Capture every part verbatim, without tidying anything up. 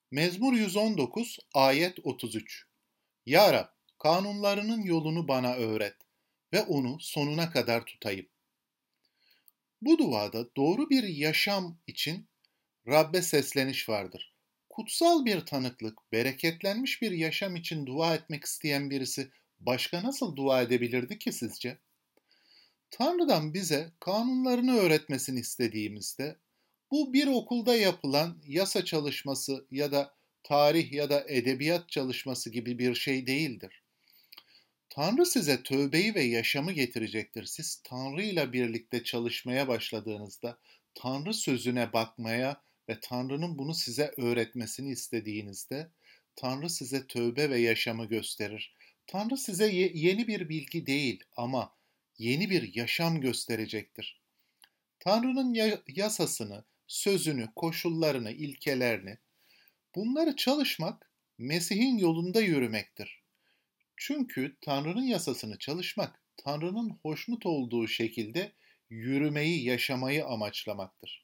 Mezmur yüz on dokuz, ayet otuz üç. Ya Rab, kanunlarının yolunu bana öğret ve onu sonuna kadar tutayım. Bu duada doğru bir yaşam için Rabbe sesleniş vardır. Kutsal bir tanıklık, bereketlenmiş bir yaşam için dua etmek isteyen birisi başka nasıl dua edebilirdi ki sizce? Tanrı'dan bize kanunlarını öğretmesini istediğimizde bu bir okulda yapılan yasa çalışması ya da tarih ya da edebiyat çalışması gibi bir şey değildir. Tanrı size tövbeyi ve yaşamı getirecektir. Siz Tanrı ile birlikte çalışmaya başladığınızda Tanrı sözüne bakmaya ve Tanrı'nın bunu size öğretmesini istediğinizde Tanrı size tövbe ve yaşamı gösterir. Tanrı size ye- yeni bir bilgi değil ama yeni bir yaşam gösterecektir. Tanrı'nın ya- yasasını, sözünü, koşullarını, ilkelerini, bunları çalışmak Mesih'in yolunda yürümektir. Çünkü Tanrı'nın yasasını çalışmak, Tanrı'nın hoşnut olduğu şekilde yürümeyi, yaşamayı amaçlamaktır.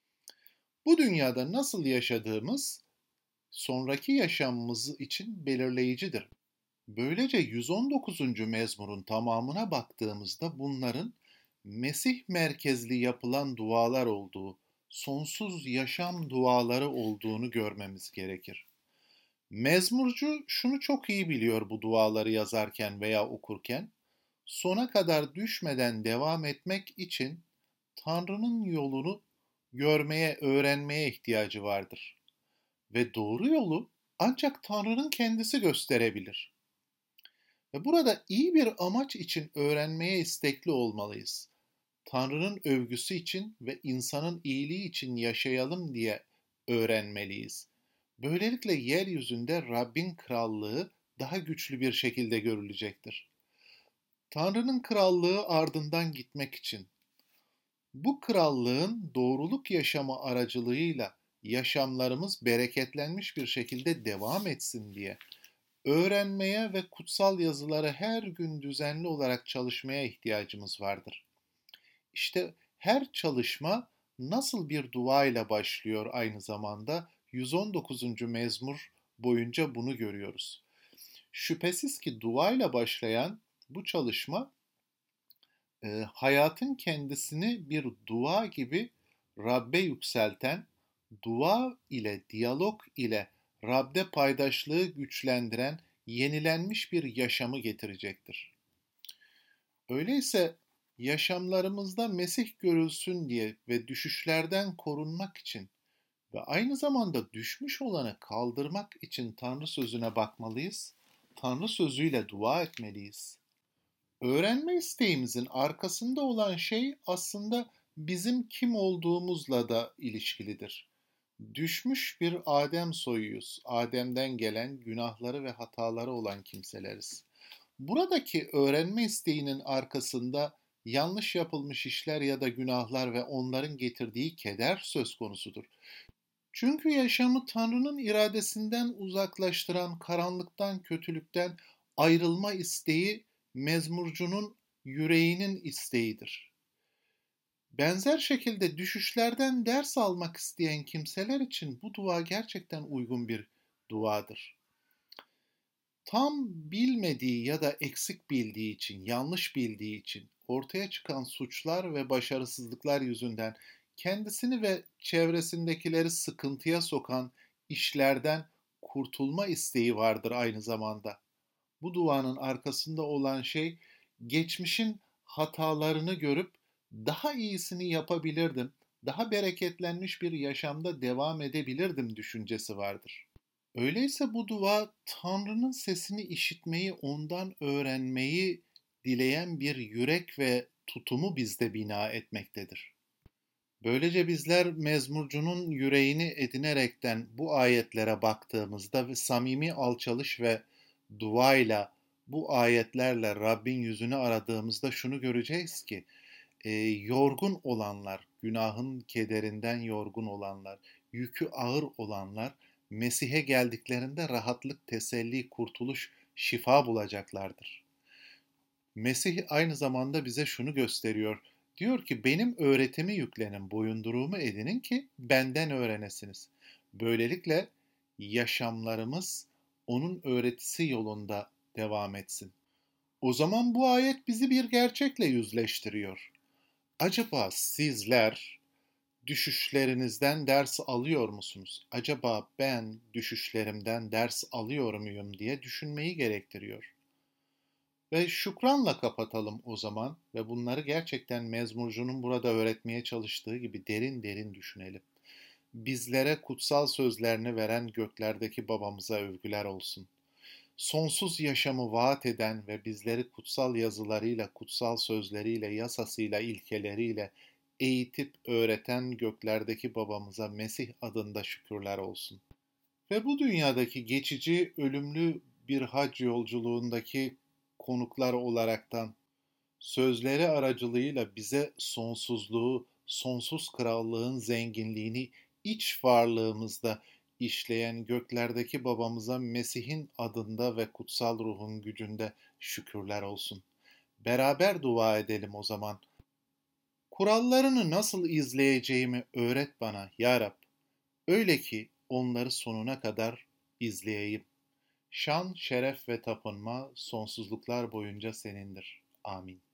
Bu dünyada nasıl yaşadığımız sonraki yaşamımız için belirleyicidir. Böylece yüz on dokuzuncu mezmurun tamamına baktığımızda bunların Mesih merkezli yapılan dualar olduğu, sonsuz yaşam duaları olduğunu görmemiz gerekir. Mezmurcu şunu çok iyi biliyor bu duaları yazarken veya okurken, sona kadar düşmeden devam etmek için Tanrı'nın yolunu görmeye, öğrenmeye ihtiyacı vardır. Ve doğru yolu ancak Tanrı'nın kendisi gösterebilir. Ve burada iyi bir amaç için öğrenmeye istekli olmalıyız. Tanrı'nın övgüsü için ve insanın iyiliği için yaşayalım diye öğrenmeliyiz. Böylelikle yeryüzünde Rabbin krallığı daha güçlü bir şekilde görülecektir. Tanrı'nın krallığı ardından gitmek için, bu krallığın doğruluk yaşamı aracılığıyla yaşamlarımız bereketlenmiş bir şekilde devam etsin diye öğrenmeye ve kutsal yazıları her gün düzenli olarak çalışmaya ihtiyacımız vardır. İşte her çalışma nasıl bir dua ile başlıyor aynı zamanda yüz on dokuzuncu mezmur boyunca bunu görüyoruz. Şüphesiz ki dua ile başlayan bu çalışma e, hayatın kendisini bir dua gibi Rabbe yükselten, dua ile, diyalog ile Rab'de paydaşlığı güçlendiren, yenilenmiş bir yaşamı getirecektir. Öyleyse yaşamlarımızda Mesih görülsün diye ve düşüşlerden korunmak için ve aynı zamanda düşmüş olanı kaldırmak için Tanrı sözüne bakmalıyız. Tanrı sözüyle dua etmeliyiz. Öğrenme isteğimizin arkasında olan şey aslında bizim kim olduğumuzla da ilişkilidir. Düşmüş bir Adem soyuyuz. Adem'den gelen günahları ve hataları olan kimseleriz. Buradaki öğrenme isteğinin arkasında yanlış yapılmış işler ya da günahlar ve onların getirdiği keder söz konusudur. Çünkü yaşamı Tanrı'nın iradesinden uzaklaştıran karanlıktan, kötülükten ayrılma isteği mezmurcunun yüreğinin isteğidir. Benzer şekilde düşüşlerden ders almak isteyen kimseler için bu dua gerçekten uygun bir duadır. Tam bilmediği ya da eksik bildiği için, yanlış bildiği için ortaya çıkan suçlar ve başarısızlıklar yüzünden kendisini ve çevresindekileri sıkıntıya sokan işlerden kurtulma isteği vardır aynı zamanda. Bu duanın arkasında olan şey geçmişin hatalarını görüp daha iyisini yapabilirdim, daha bereketlenmiş bir yaşamda devam edebilirdim düşüncesi vardır. Öyleyse bu dua Tanrı'nın sesini işitmeyi, ondan öğrenmeyi dileyen bir yürek ve tutumu bizde bina etmektedir. Böylece bizler mezmurcunun yüreğini edinerekten bu ayetlere baktığımızda ve samimi alçalış ve duayla bu ayetlerle Rabbin yüzünü aradığımızda şunu göreceğiz ki e, yorgun olanlar, günahın kederinden yorgun olanlar, yükü ağır olanlar Mesih'e geldiklerinde rahatlık, teselli, kurtuluş, şifa bulacaklardır. Mesih aynı zamanda bize şunu gösteriyor. Diyor ki benim öğretimi yüklenin, boyunduruğumu edinin ki benden öğrenesiniz. Böylelikle yaşamlarımız onun öğretisi yolunda devam etsin. O zaman bu ayet bizi bir gerçekle yüzleştiriyor. Acaba sizler düşüşlerinizden ders alıyor musunuz? Acaba ben düşüşlerimden ders alıyor muyum diye düşünmeyi gerektiriyor. Ve şükranla kapatalım o zaman ve bunları gerçekten mezmurcunun burada öğretmeye çalıştığı gibi derin derin düşünelim. Bizlere kutsal sözlerini veren göklerdeki babamıza övgüler olsun. Sonsuz yaşamı vaat eden ve bizleri kutsal yazılarıyla, kutsal sözleriyle, yasasıyla, ilkeleriyle eğitip öğreten göklerdeki babamıza Mesih adında şükürler olsun. Ve bu dünyadaki geçici, ölümlü bir hac yolculuğundaki konuklar olaraktan sözleri aracılığıyla bize sonsuzluğu, sonsuz krallığın zenginliğini iç varlığımızda işleyen göklerdeki babamıza Mesih'in adında ve kutsal ruhun gücünde şükürler olsun. Beraber dua edelim o zaman. Kurallarını nasıl izleyeceğimi öğret bana ya Rab. Öyle ki onları sonuna kadar izleyeyim. Şan, şeref ve tapınma sonsuzluklar boyunca senindir. Amin.